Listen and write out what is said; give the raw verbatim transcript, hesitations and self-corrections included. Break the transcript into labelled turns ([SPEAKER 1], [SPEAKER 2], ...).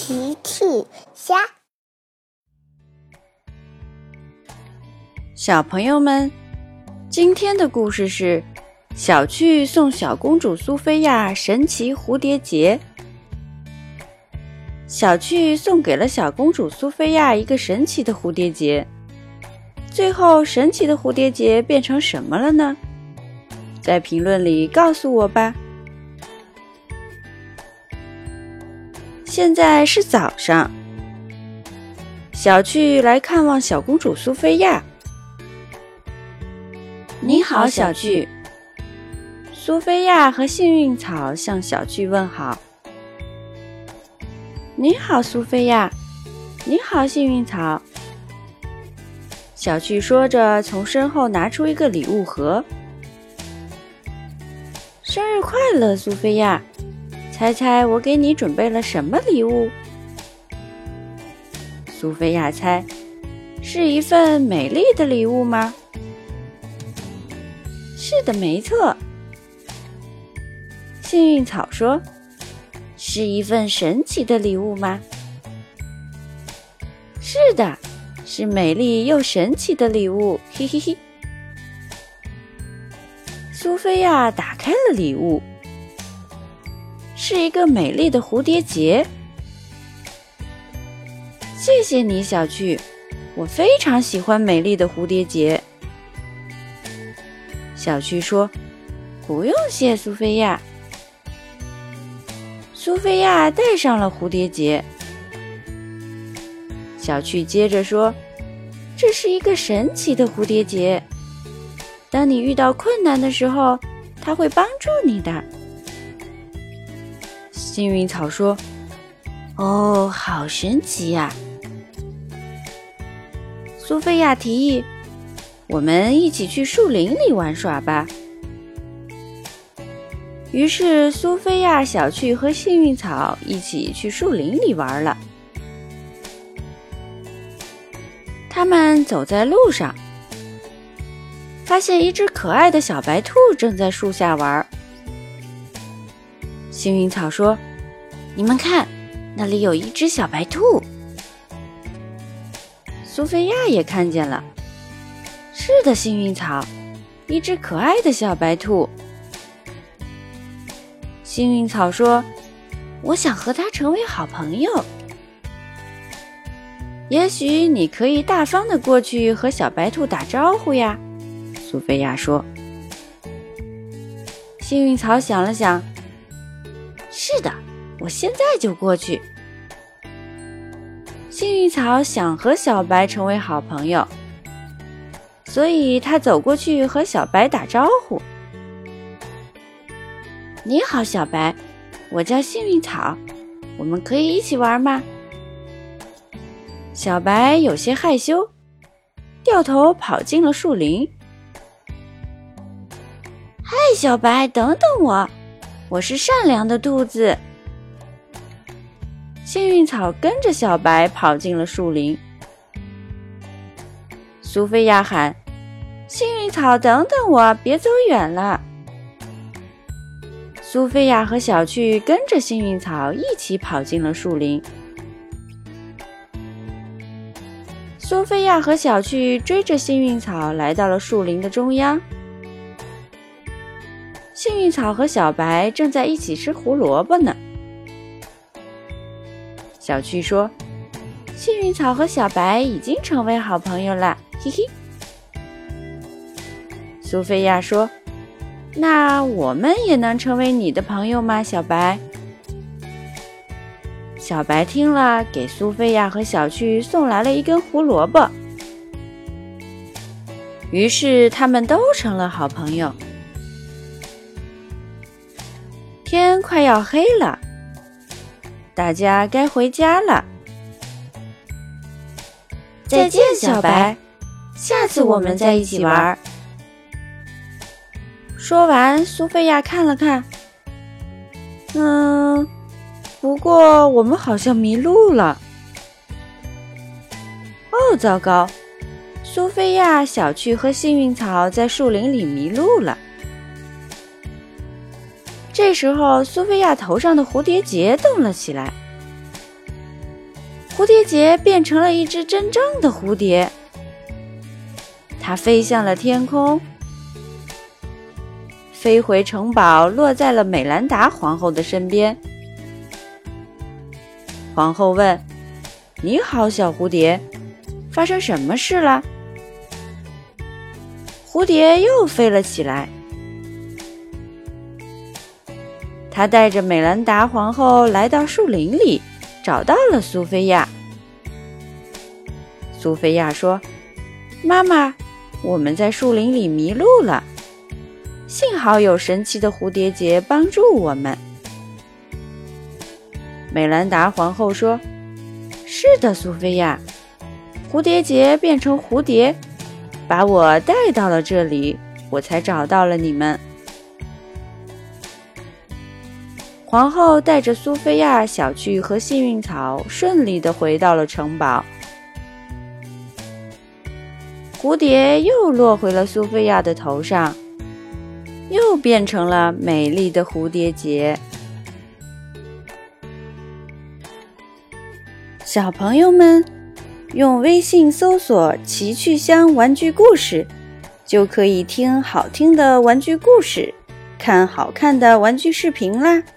[SPEAKER 1] 奇趣虾。
[SPEAKER 2] 小朋友们，今天的故事是小趣送小公主苏菲亚神奇蝴蝶结。小趣送给了小公主苏菲亚一个神奇的蝴蝶结，最后神奇的蝴蝶结变成什么了呢？在评论里告诉我吧。现在是早上，小趣来看望小公主苏菲亚。你好，小趣。苏菲亚和幸运草向小趣问好。你好，苏菲亚。你好，幸运草。小趣说着，从身后拿出一个礼物盒。生日快乐，苏菲亚！猜猜我给你准备了什么礼物？苏菲亚猜，是一份美丽的礼物吗？是的，没错。幸运草说，是一份神奇的礼物吗？是的，是美丽又神奇的礼物，嘿嘿嘿。苏菲亚打开了礼物，是一个美丽的蝴蝶结。谢谢你，小趣，我非常喜欢美丽的蝴蝶结。小趣说，不用谢，苏菲亚。苏菲亚戴上了蝴蝶结。小趣接着说，这是一个神奇的蝴蝶结，当你遇到困难的时候，它会帮助你的。幸运草说，哦，好神奇呀！苏菲亚提议，我们一起去树林里玩耍吧。于是苏菲亚、小趣和幸运草一起去树林里玩了。他们走在路上，发现一只可爱的小白兔正在树下玩。幸运草说，你们看，那里有一只小白兔。苏菲亚也看见了，是的，幸运草，一只可爱的小白兔。幸运草说，我想和它成为好朋友。也许你可以大方地过去和小白兔打招呼呀，苏菲亚说。幸运草想了想，是的，我现在就过去。幸运草想和小白成为好朋友，所以他走过去和小白打招呼。你好，小白，我叫幸运草，我们可以一起玩吗？小白有些害羞，掉头跑进了树林。嗨，小白，等等我，我是善良的兔子。幸运草跟着小白跑进了树林。苏菲亚喊，幸运草，等等我，别走远了。苏菲亚和小趣跟着幸运草一起跑进了树林。苏菲亚和小趣追着幸运草来到了树林的中央。幸运草和小白正在一起吃胡萝卜呢。小趣说，幸运草和小白已经成为好朋友了，嘿嘿。苏菲亚说，那我们也能成为你的朋友吗，小白？小白听了，给苏菲亚和小趣送来了一根胡萝卜。于是他们都成了好朋友。天快要黑了，大家该回家了。再见，小白，下次我们再一起玩。说完，苏菲亚看了看，嗯，不过我们好像迷路了。哦，糟糕！苏菲亚、小趣和幸运草在树林里迷路了。这时候，苏菲亚头上的蝴蝶结动了起来。 蝴蝶结变成了一只真正的蝴蝶，它飞向了天空，飞回城堡，落在了美兰达皇后的身边。皇后问：“你好，小蝴蝶，发生什么事了？”蝴蝶又飞了起来，它带着美兰达皇后来到树林里，找到了苏菲亚。苏菲亚说：“妈妈，我们在树林里迷路了，幸好有神奇的蝴蝶结帮助我们。”美兰达皇后说：“是的，苏菲亚，蝴蝶结变成蝴蝶，把我带到了这里，我才找到了你们。”皇后带着苏菲亚、小趣和幸运草顺利地回到了城堡。蝴蝶又落回了苏菲亚的头上，又变成了美丽的蝴蝶结。小朋友们，用微信搜索“奇趣箱玩具故事”，就可以听好听的玩具故事，看好看的玩具视频啦！